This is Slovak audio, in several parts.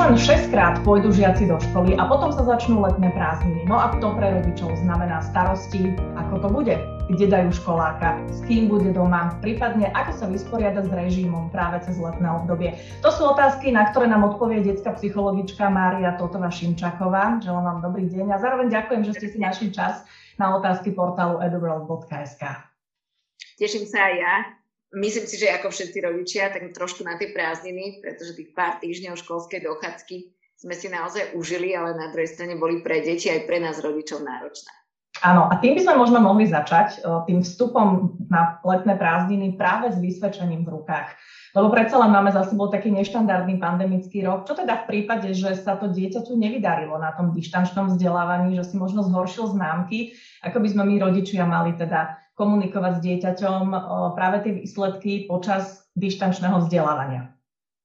len 6-krát pôjdu žiaci do školy a potom sa začnú letné prázdniny. No a to pre rodičov znamená starosti, ako to bude, kde dajú školáka, s kým bude doma, prípadne ako sa vysporiada s režimom práve cez letné obdobie. To sú otázky, na ktoré nám odpovie detská psychologička Mária Totová-Šimčáková. Želám vám dobrý deň a zároveň ďakujem, že ste si našli čas na otázky portálu eduworld.sk. Teším sa aj ja. Myslím si, že ako všetci rodičia, tak trošku na tie prázdniny, pretože tých pár týždňov školskej dochádzky sme si naozaj užili, ale na druhej strane boli pre deti aj pre nás rodičov náročné. Áno, a tým by sme možno mohli začať tým vstupom na letné prázdniny práve s vysvedčením v rukách. Lebo predsa len máme za sebou taký neštandardný pandemický rok. Čo teda v prípade, že sa to dieťaťu nevydarilo na tom dištančnom vzdelávaní, že si možno zhoršil známky, ako by sme my rodičia mali teda komunikovať s dieťaťom práve tie výsledky počas dištančného vzdelávania?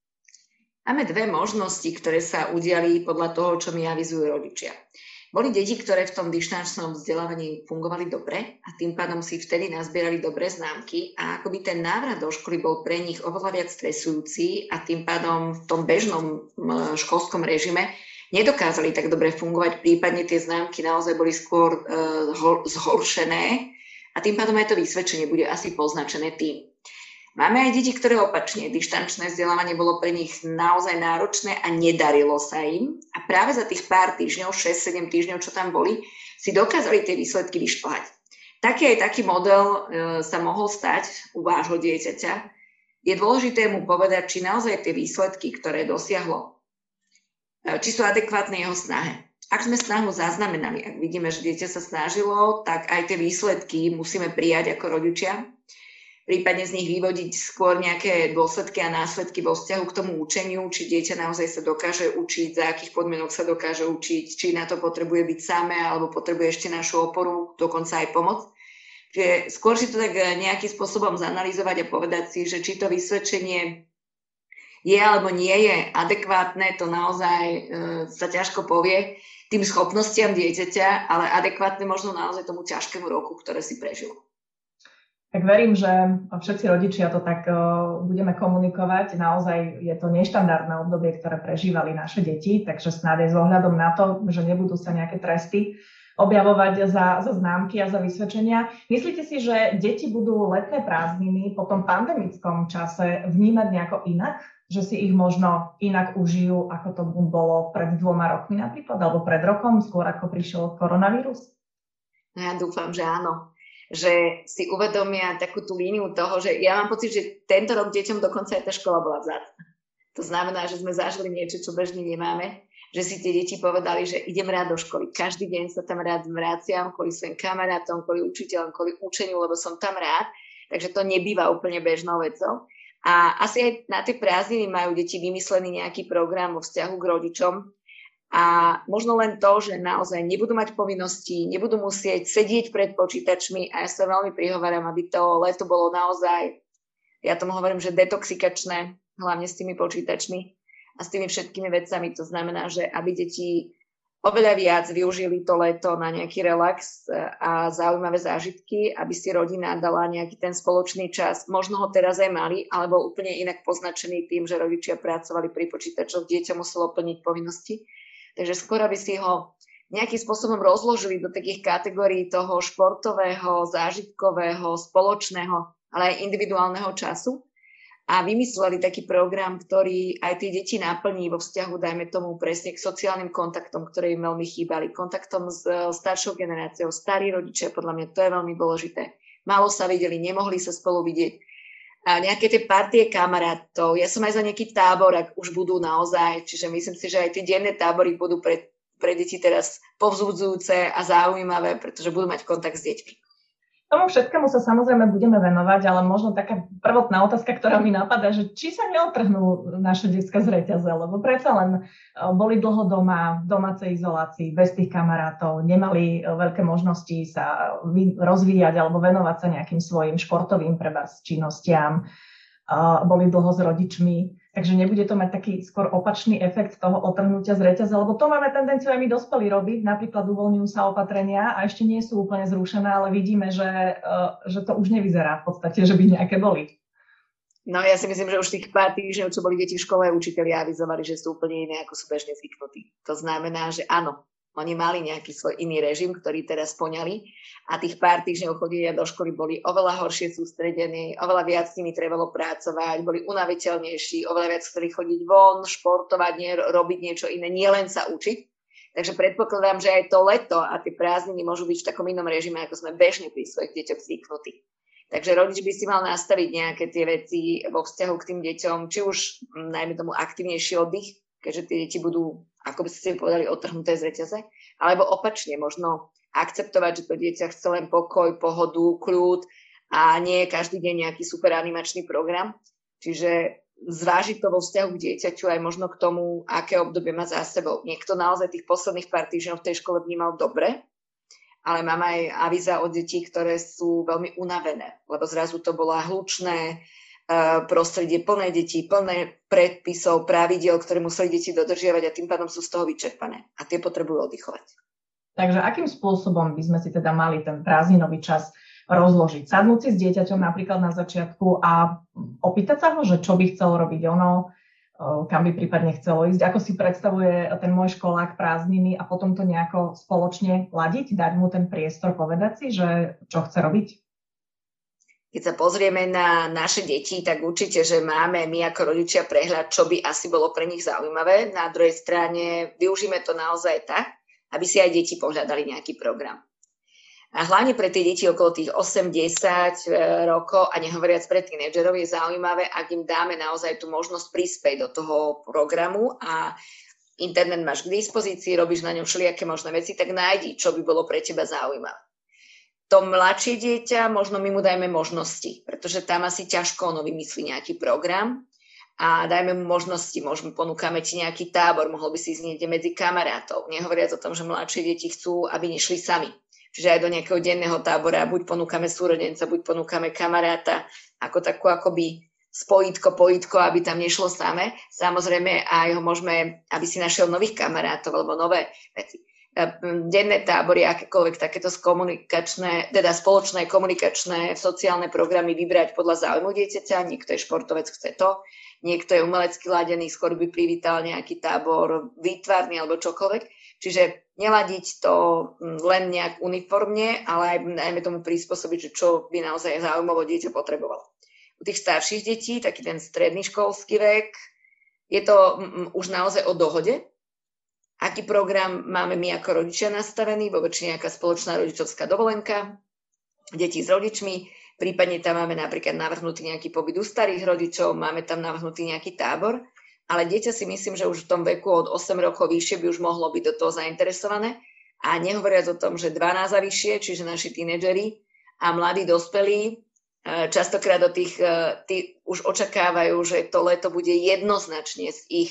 Máme dve možnosti, ktoré sa udiali podľa toho, čo mi avizujú rodičia. Boli deti, ktoré v tom dištančnom vzdelávaní fungovali dobre a tým pádom si vtedy nazbierali dobré známky a akoby ten návrat do školy bol pre nich oveľa viac stresujúci a tým pádom v tom bežnom školskom režime nedokázali tak dobre fungovať, prípadne tie známky naozaj boli skôr zhoršené a tým pádom aj to vysvedčenie bude asi poznačené tým. Máme aj deti, ktoré opačne, dištančné vzdelávanie bolo pre nich naozaj náročné a nedarilo sa im. A práve za tých pár týždňov, 6-7 týždňov, čo tam boli, si dokázali tie výsledky vyšplhať. Taký model sa mohol stať u vášho dieťaťa. Je dôležité mu povedať, či naozaj tie výsledky, ktoré dosiahlo, či sú adekvátne jeho snahe. Ak sme snahu zaznamenali, ak vidíme, že dieťa sa snažilo, tak aj tie výsledky musíme prijať ako rodičia. Prípadne z nich vyvodiť skôr nejaké dôsledky a následky vo vzťahu k tomu učeniu, či dieťa naozaj sa dokáže učiť, za akých podmienok sa dokáže učiť, či na to potrebuje byť samé, alebo potrebuje ešte našu oporu, dokonca aj pomoc. Čiže skôr si to tak nejakým spôsobom zanalyzovať a povedať si, že či to vysvedčenie je alebo nie je adekvátne, to naozaj sa ťažko povie tým schopnostiam dieťaťa, ale adekvátne možno naozaj tomu ťažkému roku, ktoré si prežilo. Tak verím, že všetci rodičia to tak budeme komunikovať. Naozaj je to neštandardné obdobie, ktoré prežívali naše deti, takže snáď aj s ohľadom na to, že nebudú sa nejaké tresty objavovať za známky a za vysvedčenia. Myslíte si, že deti budú letné prázdniny po tom pandemickom čase vnímať nejako inak? Že si ich možno inak užijú, ako to bolo pred 2 rokmi napríklad, alebo pred rokom, skôr ako prišiel koronavírus? No ja dúfam, že áno. Že si uvedomia takú tú líniu toho, že ja mám pocit, že tento rok deťom dokonca aj tá škola bola vzácna. To znamená, že sme zažili niečo, čo bežne nemáme, že si tie deti povedali, že idem rád do školy. Každý deň sa tam rád vraciam kvôli svojim kamarátom, kvôli učiteľom, kvôli učeniu, lebo som tam rád. Takže to nebýva úplne bežnou vecou. A asi aj na tie prázdniny majú deti vymyslený nejaký program vo vzťahu k rodičom. A možno len to, že naozaj nebudú mať povinnosti, nebudú musieť sedieť pred počítačmi a ja sa veľmi prihováram, aby to leto bolo naozaj, ja tomu hovorím, že detoxikačné, hlavne s tými počítačmi a s tými všetkými vecami. To znamená, že aby deti oveľa viac využili to leto na nejaký relax a zaujímavé zážitky, aby si rodina dala nejaký ten spoločný čas. Možno ho teraz aj mali, alebo úplne inak poznačený tým, že rodičia pracovali pri počítačoch, dieťa muselo plniť povinnosti. Takže skôr, aby si ho nejakým spôsobom rozložili do takých kategórií toho športového, zážitkového, spoločného, ale aj individuálneho času a vymysleli taký program, ktorý aj tie deti naplní vo vzťahu, dajme tomu presne k sociálnym kontaktom, ktoré im veľmi chýbali, kontaktom s staršou generáciou, starí rodičia, podľa mňa to je veľmi dôležité. Málo sa videli, nemohli sa spolu vidieť. A nejaké tie partie kamarátov. Ja som aj za nejaký tábor, ak už budú naozaj. Čiže myslím si, že aj tie denné tábory budú pre deti teraz povzbudzujúce a zaujímavé, pretože budú mať kontakt s deťmi. Tomu všetkému sa samozrejme budeme venovať, ale možno taká prvotná otázka, ktorá mi napadá, že či sa neotrhnú naše decká z reťaze, lebo predsa len boli dlho doma, v domácej izolácii, bez tých kamarátov, nemali veľké možnosti sa rozvíjať alebo venovať sa nejakým svojim športovým činnostiam, boli dlho s rodičmi. Takže nebude to mať taký skôr opačný efekt toho otrhnutia z reťaze, lebo to máme tendenciu aj my dospelí robiť, napríklad uvoľňujú sa opatrenia a ešte nie sú úplne zrušené, ale vidíme, že to už nevyzerá v podstate, že by nejaké boli. No ja si myslím, že už tých pár týždňov, čo boli deti v škole, učitelia avizovali, že sú úplne iné, ako sú bežne zvyknutí. To znamená, že áno, oni mali nejaký svoj iný režim, ktorý teraz poňali a tých pár týždňov chodenia do školy boli oveľa horšie sústredení, oveľa viac s nimi trebalo pracovať, boli unaviteľnejší, oveľa viac chceli chodiť von, športovať, robiť niečo iné, nielen sa učiť. Takže predpokladám, že aj to leto a tie prázdniny môžu byť v takom inom režime, ako sme bežne pri svojich deťoch zvyknutí. Takže rodič by si mal nastaviť nejaké tie veci vo vzťahu k tým deťom, či už najmä tomu aktívnejší oddych, keďže tie deti budú, ako by ste povedali, odtrhnuté z reťaze, alebo opačne možno akceptovať, že to dieťa chce len pokoj, pohodu, kľud a nie je každý deň nejaký super animačný program. Čiže zvážiť to vo vzťahu k dieťaťu aj možno k tomu, aké obdobie má za sebou. Niekto naozaj tých posledných pár týždňov v tej škole vnímal dobre, ale mám aj avíza od detí, ktoré sú veľmi unavené, lebo zrazu to bolo hlučné prostredie, plné detí, plné predpisov, pravidiel, ktoré museli deti dodržiavať a tým pádom sú z toho vyčerpané a tie potrebujú oddychovať. Takže akým spôsobom by sme si teda mali ten prázdninový čas rozložiť? Sadnúť si s dieťaťom napríklad na začiatku a opýtať sa ho, že čo by chcelo robiť ono, kam by prípadne chcelo ísť, ako si predstavuje ten môj školák prázdniny a potom to nejako spoločne ladiť, dať mu ten priestor, povedať si, že čo chce robiť? Keď sa pozrieme na naše deti, tak určite, že máme my ako rodičia prehľad, čo by asi bolo pre nich zaujímavé. Na druhej strane využíme to naozaj tak, aby si aj deti pohľadali nejaký program. A hlavne pre tie deti okolo tých 8-10 rokov a nehovoriac pre tínedžerov je zaujímavé, ak im dáme naozaj tú možnosť prispieť do toho programu a internet máš k dispozícii, robíš na ňom všelijaké možné veci, tak nájdi, čo by bolo pre teba zaujímavé. To mladšie dieťa, možno my mu dajme možnosti, pretože tam asi ťažko ono vymyslí nejaký program a dajme mu možnosti, možno ponúkame ti nejaký tábor, mohol by si ísť niekde medzi kamarátov, nehovoriac o tom, že mladšie deti chcú, aby nešli sami. Čiže aj do nejakého denného tábora buď ponúkame súrodenca, buď ponúkame kamaráta, ako takú akoby pojitko, aby tam nešlo samé. Samozrejme aj ho môžeme, aby si našiel nových kamarátov alebo nové veci. Denné tábory, akékoľvek takéto spoločné komunikačné sociálne programy vybrať podľa záujmu dieťaťa. Niekto je športovec, chce to. Niekto je umelecky ladený, skôr by privítal nejaký tábor výtvarný alebo čokoľvek. Čiže neladiť to len nejak uniformne, ale aj najmä tomu prispôsobiť, že čo by naozaj zaujímavo dieťa potrebovalo. U tých starších detí, taký ten stredný školský vek, je to už naozaj o dohode. Aký program máme my ako rodičia nastavený, vo väčšine nejaká spoločná rodičovská dovolenka, deti s rodičmi, prípadne tam máme napríklad navrhnutý nejaký pobyt u starých rodičov, máme tam navrhnutý nejaký tábor, ale dieťa si myslím, že už v tom veku od 8 rokov vyššie by už mohlo byť do toho zainteresované a nehovoriac o tom, že 12 a vyššie, čiže naši tínedžeri a mladí dospelí, častokrát už očakávajú, že to leto bude jednoznačne z ich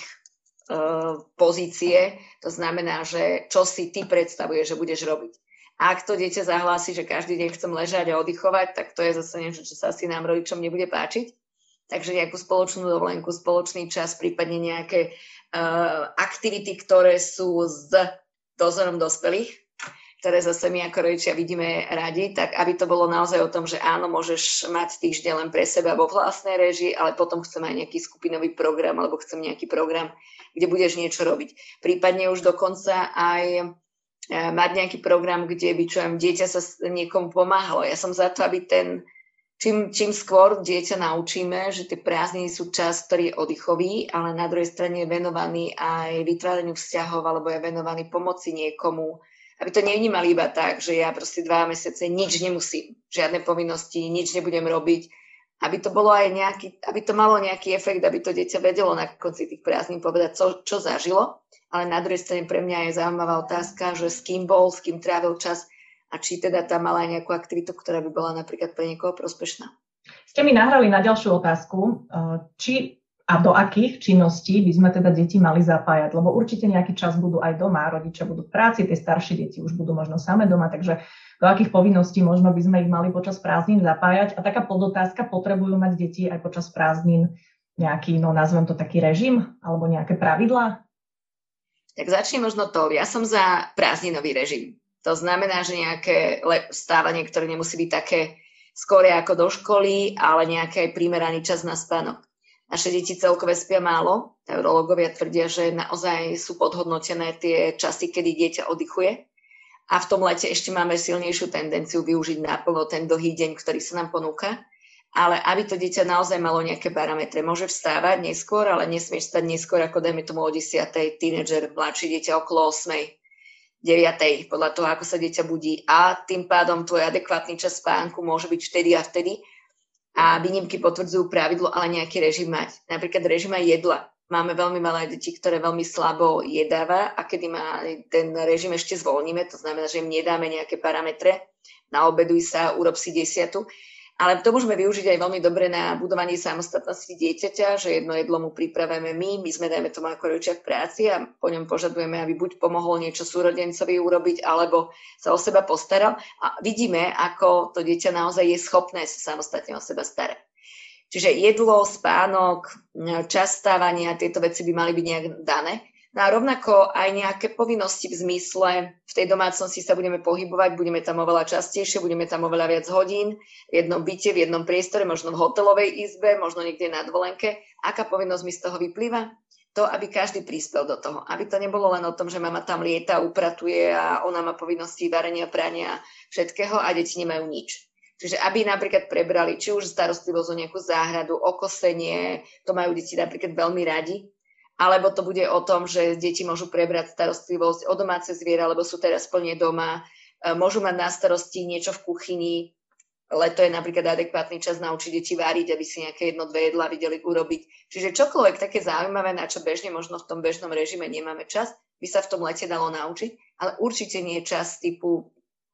pozície, to znamená, že čo si ty predstavuješ, že budeš robiť. A ak to dieťa zahlási, že každý deň chcem ležať a oddychovať, tak to je zase niečo, čo sa asi nám rodičom nebude páčiť. Takže nejakú spoločnú dovolenku, spoločný čas, prípadne nejaké aktivity, ktoré sú s dozorom dospelých, ktoré zase my ako rodičia vidíme radi, tak aby to bolo naozaj o tom, že áno, môžeš mať týždeň len pre seba vo vlastnej réžii, ale potom chcem aj nejaký skupinový program alebo chcem nejaký program, kde budeš niečo robiť. Prípadne už dokonca aj mať nejaký program, kde by dieťa sa niekomu pomáhalo. Ja som za to, aby čím skôr dieťa naučíme, že tie prázdniny sú čas, ktorý je oddychový, ale na druhej strane je venovaný aj vytváraniu vzťahov alebo je venovaný pomoci niekomu, aby to nevnímali iba tak, že ja proste 2 mesiace nič nemusím, žiadne povinnosti, nič nebudem robiť, aby to bolo aj aby to malo nejaký efekt, aby to dieťa vedelo na konci tých prázdnin povedať, čo zažilo, ale na druhej strane pre mňa je zaujímavá otázka, že s kým bol, s kým trávil čas a či teda tam mala aj nejakú aktivitu, ktorá by bola napríklad pre niekoho prospešná. Ste mi nahrali na ďalšiu otázku, či a do akých činností by sme teda deti mali zapájať, lebo určite nejaký čas budú aj doma, rodičia budú v práci, tie staršie deti už budú možno same doma, takže do akých povinností možno by sme ich mali počas prázdnin zapájať. A taká podotázka, potrebujú mať deti aj počas prázdnin nejaký, nazvem to taký režim alebo nejaké pravidlá? Tak začne možno to. Ja som za prázdninový režim. To znamená, že nejaké stávanie, ktoré nemusí byť také skôr ako do školy, ale nejaký aj primeraný čas na spánok. Naše deti celkové spia málo. Urológovia tvrdia, že naozaj sú podhodnotené tie časy, kedy dieťa oddychuje. A v tom lete ešte máme silnejšiu tendenciu využiť naplno ten dlhý deň, ktorý sa nám ponúka. Ale aby to dieťa naozaj malo nejaké parametre, môže vstávať neskôr, ale nesmie vstať neskôr ako dajme tomu o 10. Tínedžer, mladšie dieťa okolo 8. 9. podľa toho, ako sa dieťa budí. A tým pádom tvoj adekvátny čas spánku môže byť vtedy a vtedy. A výnimky potvrdzujú pravidlo, ale nejaký režim mať. Napríklad režim aj jedla. Máme veľmi malé deti, ktoré veľmi slabo jedáva a kedy má ten režim ešte zvolníme, to znamená, že im nedáme nejaké parametre, naobeduj sa, urob si 10. Ale to môžeme využiť aj veľmi dobre na budovanie samostatnosti dieťaťa, že jedno jedlo mu pripravíme my sme dajme tomu ako rodičia v práci a po ňom požadujeme, aby buď pomohol niečo súrodencovi urobiť, alebo sa o seba postaral. A vidíme, ako to dieťa naozaj je schopné sa samostatne o seba starať. Čiže jedlo, spánok, čas stávania, tieto veci by mali byť nejak dané. No a rovnako aj nejaké povinnosti v zmysle, v tej domácnosti sa budeme pohybovať, budeme tam oveľa častejšie, budeme tam oveľa viac hodín, v jednom byte, v jednom priestore, možno v hotelovej izbe, možno niekde na dovolenke. Aká povinnosť mi z toho vyplýva? To, aby každý prispel do toho. Aby to nebolo len o tom, že mama tam lieta, upratuje a ona má povinnosti varenia, prania, všetkého a deti nemajú nič. Čiže aby napríklad prebrali či už starostlivosť o nejakú záhradu, o kosenie, to majú deti napríklad veľmi radi, alebo to bude o tom, že deti môžu prebrať starostlivosť o domáce zviera, lebo sú teraz plne doma, môžu mať na starosti niečo v kuchyni, leto je napríklad adekvátny čas naučiť deti váriť, aby si nejaké 1-2 jedlá videli urobiť. Čiže čokoľvek také zaujímavé, na čo bežne možno v tom bežnom režime nemáme čas, by sa v tom lete dalo naučiť, ale určite nie je čas typu,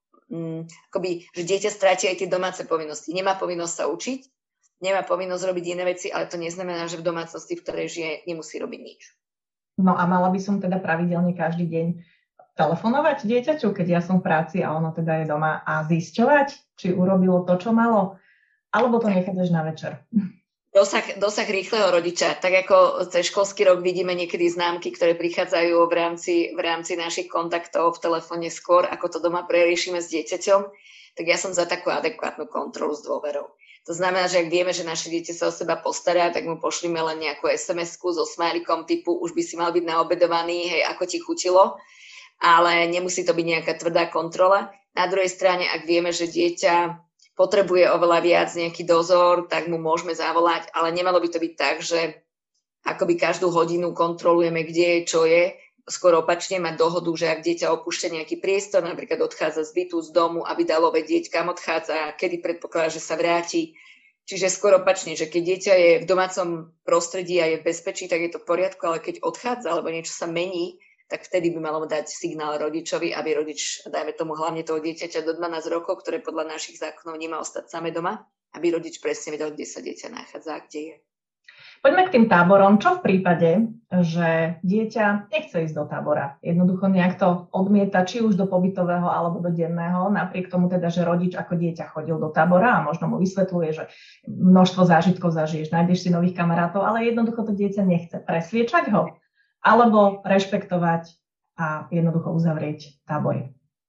že dieťa stráti aj tie domáce povinnosti. Nemá povinnosť sa učiť, nemá povinnosť robiť iné veci, ale to neznamená, že v domácnosti, v ktorej žije, nemusí robiť nič. No a mala by som teda pravidelne každý deň telefonovať dieťaťu, keď ja som v práci a ono teda je doma a zisťovať, či urobilo to, čo malo, alebo to nechať až na večer. Dosah rýchleho rodiča. Tak ako cez školský rok vidíme niekedy známky, ktoré prichádzajú v rámci našich kontaktov v telefóne skôr, ako to doma preriešime s dieťaťom, tak ja som za takú adekvátnu kontrolu s dôverou. To znamená, že ak vieme, že naše dieťa sa o seba postará, tak mu pošlíme len nejakú SMS-ku so smajlikom typu už by si mal byť naobedovaný, hej, ako ti chutilo, ale nemusí to byť nejaká tvrdá kontrola. Na druhej strane, ak vieme, že dieťa potrebuje oveľa viac nejaký dozor, tak mu môžeme zavolať, ale nemalo by to byť tak, že akoby každú hodinu kontrolujeme, kde je, čo je, skôr opačne mať dohodu, že ak dieťa opúšťa nejaký priestor, napríklad odchádza z bytu, z domu, aby dalo vedieť, kam odchádza, kedy predpokladá, že sa vráti. Čiže skôr opačne, že keď dieťa je v domácom prostredí a je v bezpečí, tak je to v poriadku, ale keď odchádza alebo niečo sa mení, tak vtedy by malo dať signál rodičovi, aby rodič, dajme tomu hlavne toho dieťaťa do 12 rokov, ktoré podľa našich zákonov nemá ostať same doma, aby rodič presne vedel, kde sa dieťa nachádza a kde je. Poďme k tým táborom. Čo v prípade, že dieťa nechce ísť do tábora? Jednoducho nejak to odmieta, či už do pobytového alebo do denného, napriek tomu teda, že rodič ako dieťa chodil do tábora a možno mu vysvetľuje, že množstvo zážitkov zažiješ, nájdeš si nových kamarátov, ale jednoducho to dieťa nechce. Presviečať ho? Alebo rešpektovať a jednoducho uzavrieť tábory?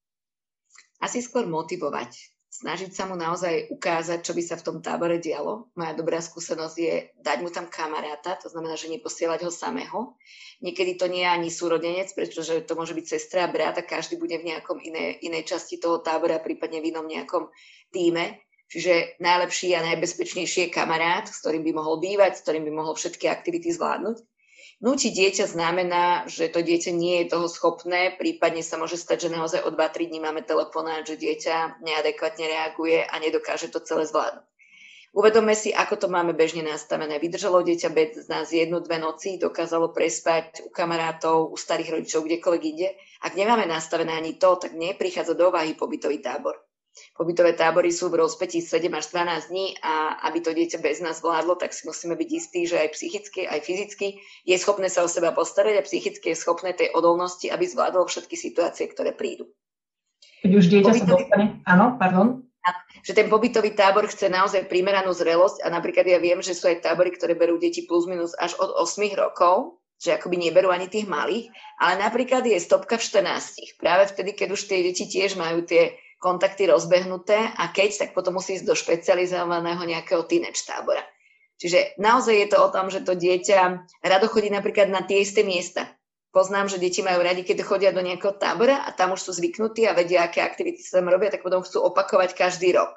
Asi skôr motivovať. Snažiť sa mu naozaj ukázať, čo by sa v tom tábore dialo. Moja dobrá skúsenosť je dať mu tam kamaráta, to znamená, že neposielať ho samého. Niekedy to nie je ani súrodenec, pretože to môže byť sestra a brat a každý bude v nejakom inej časti toho tábora, prípadne v inom nejakom tíme. Čiže najlepší a najbezpečnejší je kamarát, s ktorým by mohol bývať, s ktorým by mohol všetky aktivity zvládnuť. Nútiť dieťa znamená, že to dieťa nie je toho schopné, prípadne sa môže stať, že naozaj o 2-3 dní máme telefonát, že dieťa neadekvátne reaguje a nedokáže to celé zvládnuť. Uvedomme si, ako to máme bežne nastavené. Vydržalo dieťa bez nás 1-2 noci, dokázalo prespať u kamarátov, u starých rodičov, kdekoľvek ide. Ak nemáme nastavené ani to, tak neprichádza do úvahy pobytový tábor. Pobytové tábory sú v rozpätí 7 až 12 dní a aby to dieťa bez nás vládlo, tak si musíme byť istí, že aj psychicky, aj fyzicky je schopné sa o seba postarať a psychicky je schopné tej odolnosti, aby zvládlo všetky situácie, ktoré prídu. Keď už dieťa sa dostane... Áno, pardon. Že ten pobytový tábor chce naozaj primeranú zrelosť a napríklad ja viem, že sú aj tábory, ktoré berú deti plus minus až od 8 rokov, že akoby neberú ani tých malých, ale napríklad je stopka v 14. Práve vtedy, keď už tie deti tiež majú tie kontakty rozbehnuté a keď, tak potom musí ísť do špecializovaného nejakého teenage tábora. Čiže naozaj je to o tom, že to dieťa rado chodí napríklad na tie isté miesta. Poznám, že deti majú radi, keď chodia do nejakého tábora a tam už sú zvyknutí a vedia, aké aktivity sa tam robia, tak potom chcú opakovať každý rok.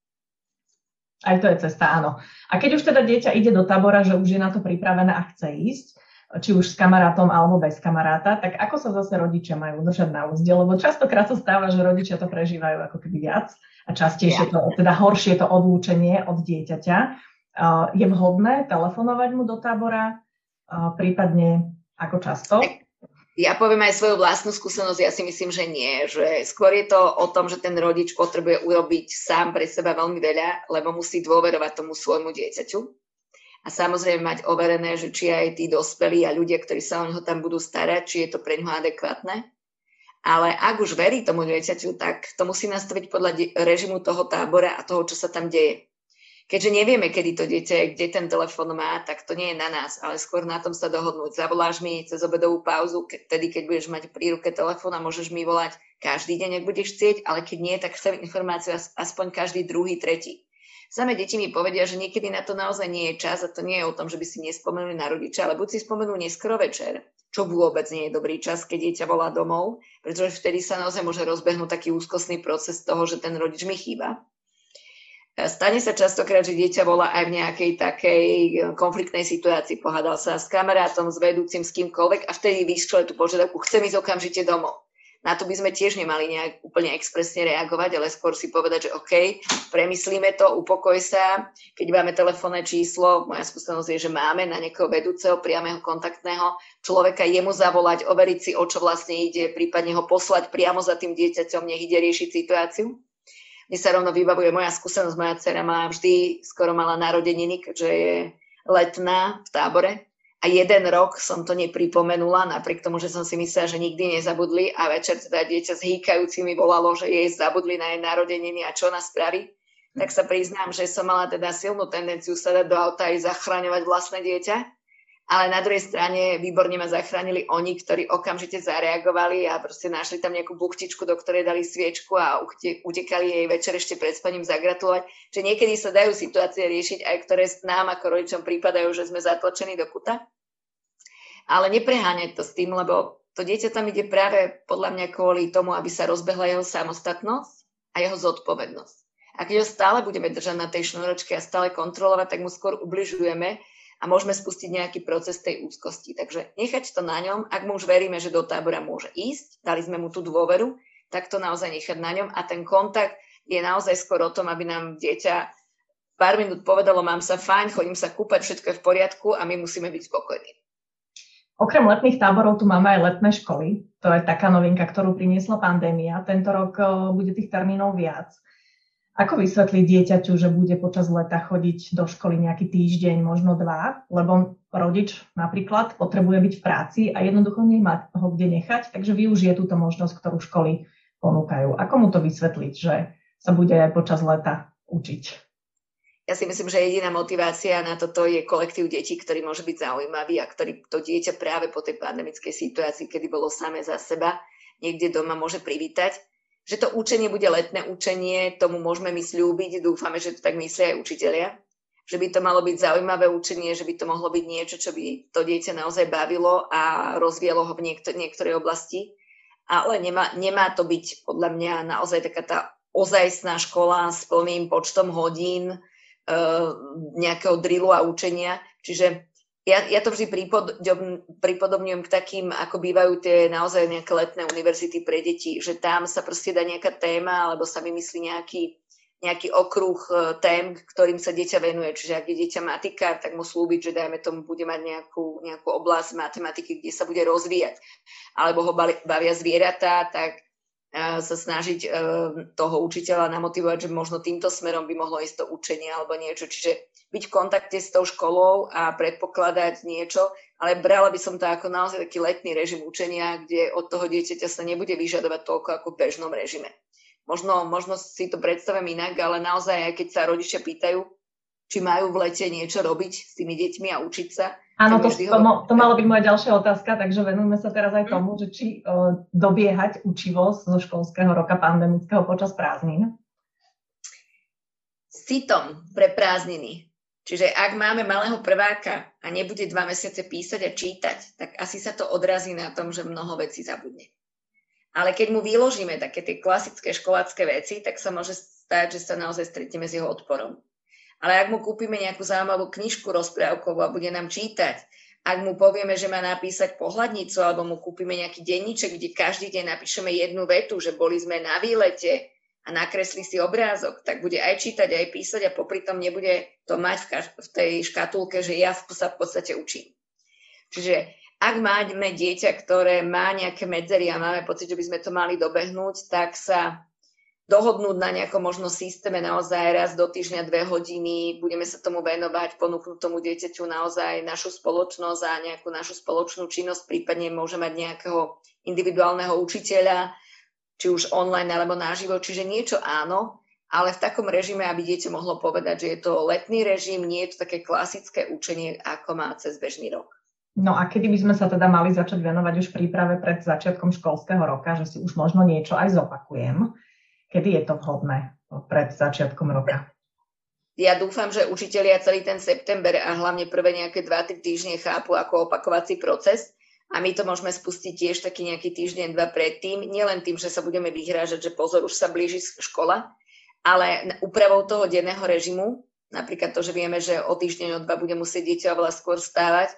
Aj to je cesta, áno. A keď už teda dieťa ide do tábora, že už je na to pripravené a chce ísť, či už s kamarátom alebo bez kamaráta, tak ako sa zase rodičia majú držať na úzde? Lebo častokrát sa stáva, že rodičia to prežívajú ako keby viac a častejšie to, teda horšie to odlúčenie od dieťaťa. Je vhodné telefonovať mu do tábora, prípadne ako často? Ja poviem aj svoju vlastnú skúsenosť, ja si myslím, že nie. Že skôr je to o tom, že ten rodič potrebuje urobiť sám pre seba veľmi veľa, lebo musí dôverovať tomu svojmu dieťaťu. A samozrejme mať overené, že či aj tí dospelí a ľudia, ktorí sa o neho tam budú starať, či je to pre ňoho adekvátne. Ale ak už verí tomu dieťaťu, tak to musí nastaviť podľa režimu toho tábora a toho, čo sa tam deje. Keďže nevieme, kedy to dieťa je, kde ten telefón má, tak to nie je na nás, ale skôr na tom sa dohodnúť. Zavoláš mi cez obedovú pauzu, vtedy, keď budeš mať pri ruke telefón a môžeš mi volať každý deň, ak budeš chcieť, ale keď nie, tak chcem informáciu aspoň každý druhý, tretí. Samé deti mi povedia, že niekedy na to naozaj nie je čas a to nie je o tom, že by si nespomenuli na rodiča, ale buď si spomenú neskoro večer, čo vôbec nie je dobrý čas, keď dieťa volá domov, pretože vtedy sa naozaj môže rozbehnúť taký úzkostný proces toho, že ten rodič mi chýba. Stane sa častokrát, že dieťa volá aj v nejakej takej konfliktnej situácii. Pohádal sa s kamarátom, s vedúcim, s kýmkoľvek a vtedy vyšle tú požiadavku, chcem ísť okamžite domov. Na to by sme tiež nemali nejak úplne expresne reagovať, ale skôr si povedať, že OK, premyslíme to, upokoj sa. Keď máme telefónne číslo, moja skúsenosť je, že máme na niekoho vedúceho, priameho kontaktného človeka, jemu zavolať, overiť si, o čo vlastne ide, prípadne ho poslať priamo za tým dieťaťom, nech ide riešiť situáciu. Mne sa rovno vybavuje moja skúsenosť, moja dcera má vždy, skoro mala narodeniny, keďže je letná v tábore. A 1 rok som to nepripomenula, napriek tomu, že som si myslela, že nikdy nezabudli a večer teda dieťa s hýkajúcimi volalo, že jej zabudli na jej narodeniny a čo ona spraví. Tak sa priznám, že som mala teda silnú tendenciu sadať do auta a zachraňovať vlastné dieťa. Ale na druhej strane výborne ma zachránili oni, ktorí okamžite zareagovali a proste našli tam nejakú buchtičku, do ktorej dali sviečku a utekali jej večer ešte pred spaním zagratulovať. Že niekedy sa dajú situácie riešiť, aj ktoré nám ako rodičom prípadajú, že sme zatlačení do kuta. Ale nepreháňať to s tým, lebo to dieťa tam ide práve podľa mňa kvôli tomu, aby sa rozbehla jeho samostatnosť a jeho zodpovednosť. A keď ho stále budeme držať na tej šnúročke a stále kontrolovať, tak mu skôr ubližujeme a môžeme spustiť nejaký proces tej úzkosti. Takže nechať to na ňom, ak mu už veríme, že do tábora môže ísť, dali sme mu tú dôveru, tak to naozaj nechať na ňom a ten kontakt je naozaj skôr o tom, aby nám dieťa pár minút povedalo, mám sa fajn, chodím sa kúpať, všetko je v poriadku a my musíme byť spokojní. Okrem letných táborov tu máme aj letné školy. To je taká novinka, ktorú priniesla pandémia. Tento rok bude tých termínov viac. Ako vysvetliť dieťaťu, že bude počas leta chodiť do školy nejaký týždeň, možno 2, lebo rodič napríklad potrebuje byť v práci a jednoducho nemá ho kde nechať, takže využije túto možnosť, ktorú školy ponúkajú. Ako mu to vysvetliť, že sa bude aj počas leta učiť? Ja si myslím, že jediná motivácia na toto je kolektív detí, ktorý môže byť zaujímavý a ktorý to dieťa práve po tej pandemickej situácii, kedy bolo samé za seba, niekde doma môže privítať. Že to učenie bude letné učenie, tomu môžeme my sľúbiť, dúfame, že to tak myslia aj učitelia. Že by to malo byť zaujímavé učenie, že by to mohlo byť niečo, čo by to dieťa naozaj bavilo a rozvíjalo ho v niektorej oblasti. Ale nemá to byť podľa mňa naozaj taká tá ozajstná škola s plným počtom hodín, nejakého drillu a učenia. Čiže ja to vždy pripodobňujem k takým, ako bývajú tie naozaj nejaké letné univerzity pre deti, že tam sa proste dá nejaká téma, alebo sa vymyslí nejaký okruh tém, ktorým sa dieťa venuje. Čiže ak je dieťa matikár, tak mu slúbiť, že dajme tomu bude mať nejakú oblasť matematiky, kde sa bude rozvíjať. Alebo ho bavia zvieratá, tak sa snažiť toho učiteľa namotivovať, že možno týmto smerom by mohlo ísť to učenie alebo niečo. Čiže byť v kontakte s tou školou a predpokladať niečo, ale brala by som to ako naozaj taký letný režim učenia, kde od toho dieťaťa sa nebude vyžadovať toľko ako v bežnom režime. Možno si to predstavím inak, ale naozaj, aj keď sa rodičia pýtajú, či majú v lete niečo robiť s tými deťmi a učiť sa, Áno, to malo byť moja ďalšia otázka, takže venujme sa teraz aj tomu, že či dobiehať učivosť zo školského roka pandemického počas prázdnin. Sitom pre prázdniny. Čiže ak máme malého prváka a nebude 2 mesiace písať a čítať, tak asi sa to odrazí na tom, že mnoho vecí zabudne. Ale keď mu vyložíme také tie klasické školácké veci, tak sa môže stať, že sa naozaj stretneme s jeho odporom. Ale ak mu kúpime nejakú zaujímavú knižku rozprávkovú a bude nám čítať, ak mu povieme, že má napísať pohľadnicu, alebo mu kúpime nejaký denníček, kde každý deň napíšeme jednu vetu, že boli sme na výlete a nakreslí si obrázok, tak bude aj čítať, aj písať a popri tom nebude to mať v tej škatulke, že ja sa v podstate učím. Čiže ak máme dieťa, ktoré má nejaké medzery a máme pocit, že by sme to mali dobehnúť, tak sa dohodnúť na nejakom možno systéme naozaj raz do týždňa 2 hodiny, budeme sa tomu venovať, ponúknuť tomu dieťaťu naozaj našu spoločnosť a nejakú našu spoločnú činnosť, prípadne môže mať nejakého individuálneho učiteľa, či už online alebo naživo, čiže niečo áno, ale v takom režime, aby dieťa mohlo povedať, že je to letný režim, nie je to také klasické učenie, ako má cez bežný rok. No a kedy by sme sa teda mali začať venovať už príprave pred začiatkom školského roka, že si už možno niečo aj zopakujem? Kedy je to vhodné pred začiatkom roka? Ja dúfam, že učitelia celý ten september a hlavne prvé nejaké 2-3 týždne chápu ako opakovací proces a my to môžeme spustiť tiež taký nejaký týždeň, 2 predtým. Nielen tým, že sa budeme vyhrážať, že pozor, už sa blíži škola, ale úpravou toho denného režimu, napríklad to, že vieme, že o týždeň, o 2 bude musieť dieťa oveľa skôr stávať,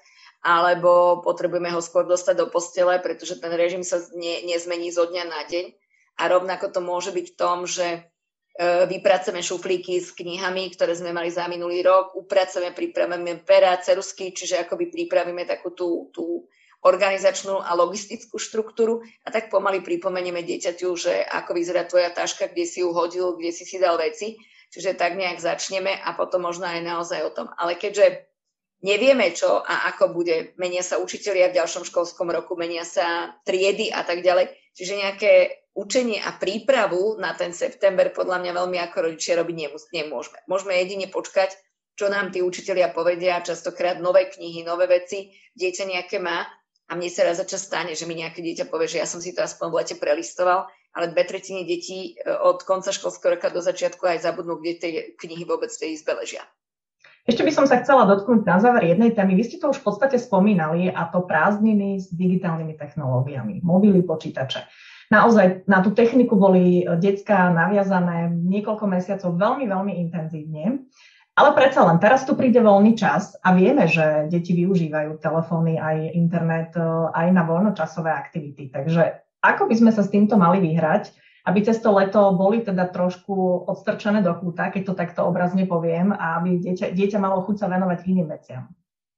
alebo potrebujeme ho skôr dostať do postele, pretože ten režim sa nezmení zo dňa na deň. A rovnako to môže byť v tom, že vypracujeme šuflíky s knihami, ktoré sme mali za minulý rok, pripravíme pera, ceruzky, čiže akoby pripravíme takú tú organizačnú a logistickú štruktúru a tak pomaly pripomenieme dieťaťu, že ako vyzerá tvoja taška, kde si ju hodil, kde si dal veci. Čiže tak nejak začneme a potom možno aj naozaj o tom. Ale keďže nevieme čo a ako bude, menia sa učitelia v ďalšom školskom roku, menia sa triedy a tak ďalej, čiže nejaké učenie a prípravu na ten september podľa mňa veľmi ako rodičia robiť nemôžeme. Môžeme jedine počkať, čo nám tí učitelia povedia, častokrát nové knihy, nové veci, dieťa nejaké má a mne sa raz za čas stane, že mi nejaké dieťa povie, že ja som si to aspoň v lete prelistoval, ale 2/3 detí od konca školského roka do začiatku aj zabudnú, kde tie knihy vôbec v tej izbe ležia. Ešte by som sa chcela dotknúť na záver jednej témy. Vy ste to už v podstate spomínali, a to prázdniny s digitálnymi technológiami, mobily, počítače. Naozaj na tú techniku boli decká naviazané niekoľko mesiacov veľmi, veľmi intenzívne. Ale predsa len teraz tu príde voľný čas a vieme, že deti využívajú telefóny aj internet aj na voľnočasové aktivity. Takže ako by sme sa s týmto mali vyhrať, aby cez to leto boli teda trošku odstrčené do kúta, keď to takto obrazne poviem, a aby dieťa malo chuť sa venovať iným veciam?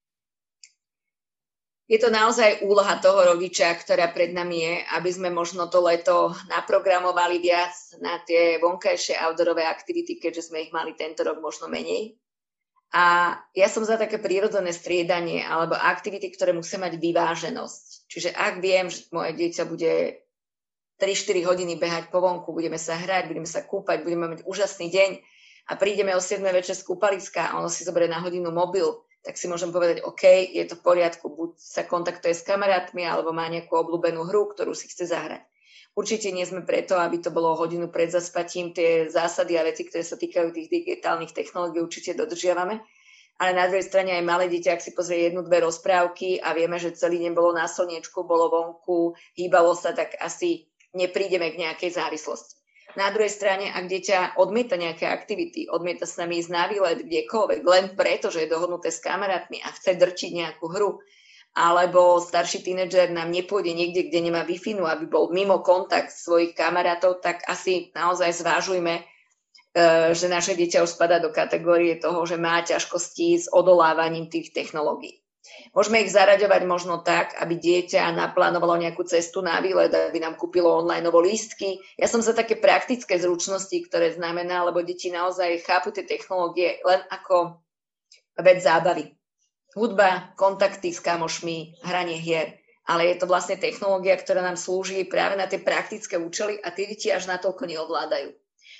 Je to naozaj úloha toho rodiča, ktorá pred nami je, aby sme možno to leto naprogramovali viac na tie vonkajšie outdoorové aktivity, keďže sme ich mali tento rok možno menej. A ja som za také prírodzené striedanie alebo aktivity, ktoré musia mať vyváženosť. Čiže ak viem, že moje dieťa bude 3-4 hodiny behať po vonku, budeme sa hrať, budeme sa kúpať, budeme mať úžasný deň a prídeme o 7 večer z kúpaliska a ono si zoberie na hodinu mobil, tak si môžem povedať, OK, je to v poriadku, buď sa kontaktuje s kamarátmi, alebo má nejakú obľúbenú hru, ktorú si chce zahrať. Určite nie sme preto, aby to bolo hodinu pred zaspatím, tie zásady a veci, ktoré sa týkajú tých digitálnych technológií, určite dodržiavame. Ale na druhej strane aj malé dieťa, ak si pozrie 1-2 rozprávky a vieme, že celý deň bolo na slniečku, bolo vonku, hýbalo sa, tak asi neprídeme k nejakej závislosti. Na druhej strane, ak dieťa odmieta nejaké aktivity, odmieta s nami ísť na výlet kdekoľvek, len preto, že je dohodnuté s kamarátmi a chce drčiť nejakú hru, alebo starší tínedžer nám nepôjde niekde, kde nemá Wi-Fi, aby bol mimo kontakt svojich kamarátov, tak asi naozaj zvážujme, že naše dieťa už spadá do kategórie toho, že má ťažkosti s odolávaním tých technológií. Môžeme ich zaraďovať možno tak, aby dieťa naplánovalo nejakú cestu na výlet, aby nám kúpilo online lístky. Ja som za také praktické zručnosti, ktoré znamená, lebo deti naozaj chápu tie technológie len ako vec zábavy. Hudba, kontakty s kamošmi, hranie hier, ale je to vlastne technológia, ktorá nám slúži práve na tie praktické účely a tie deti až natoľko neovládajú.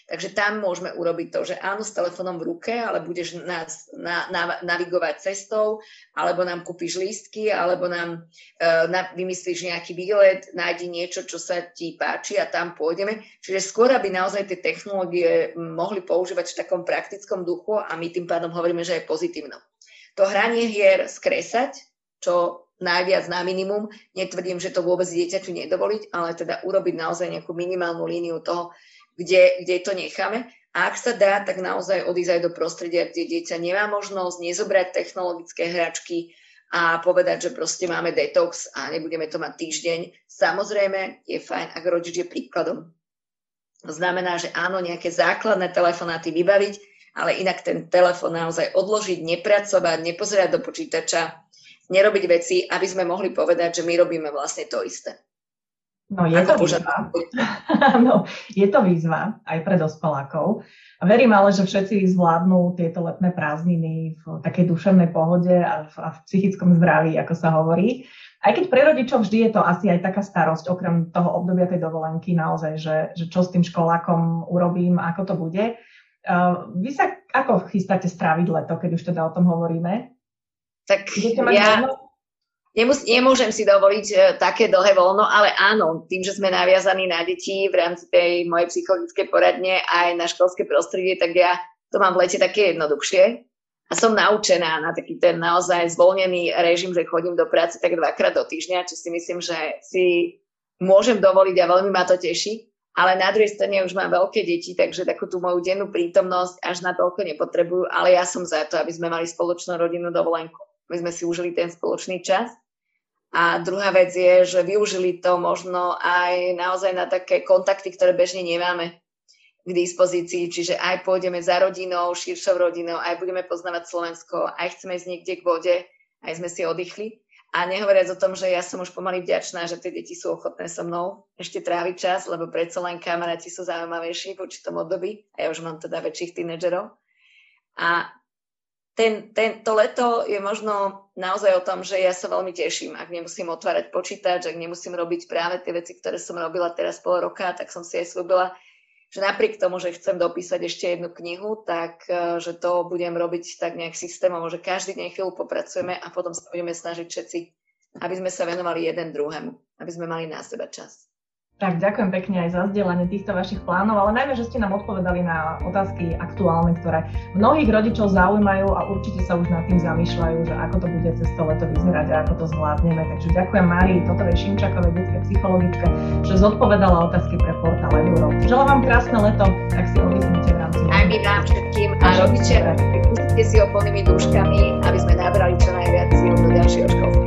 Takže tam môžeme urobiť to, že áno, s telefónom v ruke, ale budeš nás navigovať cestou, alebo nám kúpiš lístky, alebo nám vymyslíš nejaký výlet, nájdi niečo, čo sa ti páči a tam pôjdeme. Čiže skôr, aby naozaj tie technológie mohli používať v takom praktickom duchu a my tým pádom hovoríme, že je pozitívno. To hranie hier skresať, čo najviac na minimum. Netvrdím, že to vôbec dieťaťu nedovoliť, ale teda urobiť naozaj nejakú minimálnu líniu toho, kde to necháme. A ak sa dá, tak naozaj odísť aj do prostredia, kde dieťa nemá možnosť nezobrať technologické hračky a povedať, že proste máme detox a nebudeme to mať týždeň. Samozrejme, je fajn, ak rodič je príkladom. To znamená, že áno, nejaké základné telefonáty vybaviť, ale inak ten telefón naozaj odložiť, nepracovať, nepozerať do počítača, nerobiť veci, aby sme mohli povedať, že my robíme vlastne to isté. No je to výzva. No, je to výzva aj pre dospelákov. Verím ale, že všetci zvládnu tieto letné prázdniny v takej duševnej pohode a v psychickom zdraví, ako sa hovorí. Aj keď pre rodičov vždy je to asi aj taká starosť, okrem toho obdobia tej dovolenky, naozaj, že čo s tým školákom urobím, ako to bude. Vy sa ako chystáte stráviť leto, keď už teda o tom hovoríme? Tak ja nemôžem si dovoliť také dlhé voľno, ale áno, tým, že sme naviazaní na deti v rámci tej mojej psychologickej poradne aj na školské prostredie, tak ja to mám v lete také jednoduchšie. A som naučená na taký ten naozaj zvolnený režim, že chodím do práce tak 2-krát do týždňa, čo si myslím, že si môžem dovoliť a veľmi ma to teší. Ale na druhej strane už mám veľké deti, takže takú tú moju dennú prítomnosť až na toľko nepotrebujú, ale ja som za to, aby sme mali spoločnú rodinnú dovolenku. My sme si užili ten spoločný čas. A druhá vec je, že využili to možno aj naozaj na také kontakty, ktoré bežne nemáme k dispozícii. Čiže aj pôjdeme za rodinou, širšou rodinou, aj budeme poznávať Slovensko, aj chceme ísť niekde k vode, aj sme si oddychli. A nehovoriac o tom, že ja som už pomaly vďačná, že tie deti sú ochotné so mnou ešte tráviť čas, lebo predsa len kamaráti sú zaujímavejší v určitom období. A ja už mám teda väčších tínedžerov. A to leto je možno naozaj o tom, že ja sa veľmi teším, ak nemusím otvárať počítač, ak nemusím robiť práve tie veci, ktoré som robila teraz pol roka, tak som si aj slúbila, že napriek tomu, že chcem dopísať ešte jednu knihu, tak že to budem robiť tak nejak systémovo, že každý deň chvíľu popracujeme a potom sa budeme snažiť všetci, aby sme sa venovali jeden druhému, aby sme mali na seba čas. Tak ďakujem pekne aj za zdieľanie týchto vašich plánov, ale najmä, že ste nám odpovedali na otázky aktuálne, ktoré mnohých rodičov zaujímajú a určite sa už nad tým zamýšľajú, že ako to bude cez to leto vyzerať a ako to zvládneme. Takže ďakujem Márii Totovej Šimčákovej, detskej psychologičke, že zodpovedala otázky pre portál Eduro. Želám vám krásne leto, tak si oddychnite v rámci. Aj my vám všetkým a rodičia, pripustite si ho plnými dúškami, aby sme nabrali čo najviac síl do ďalšieho školstva.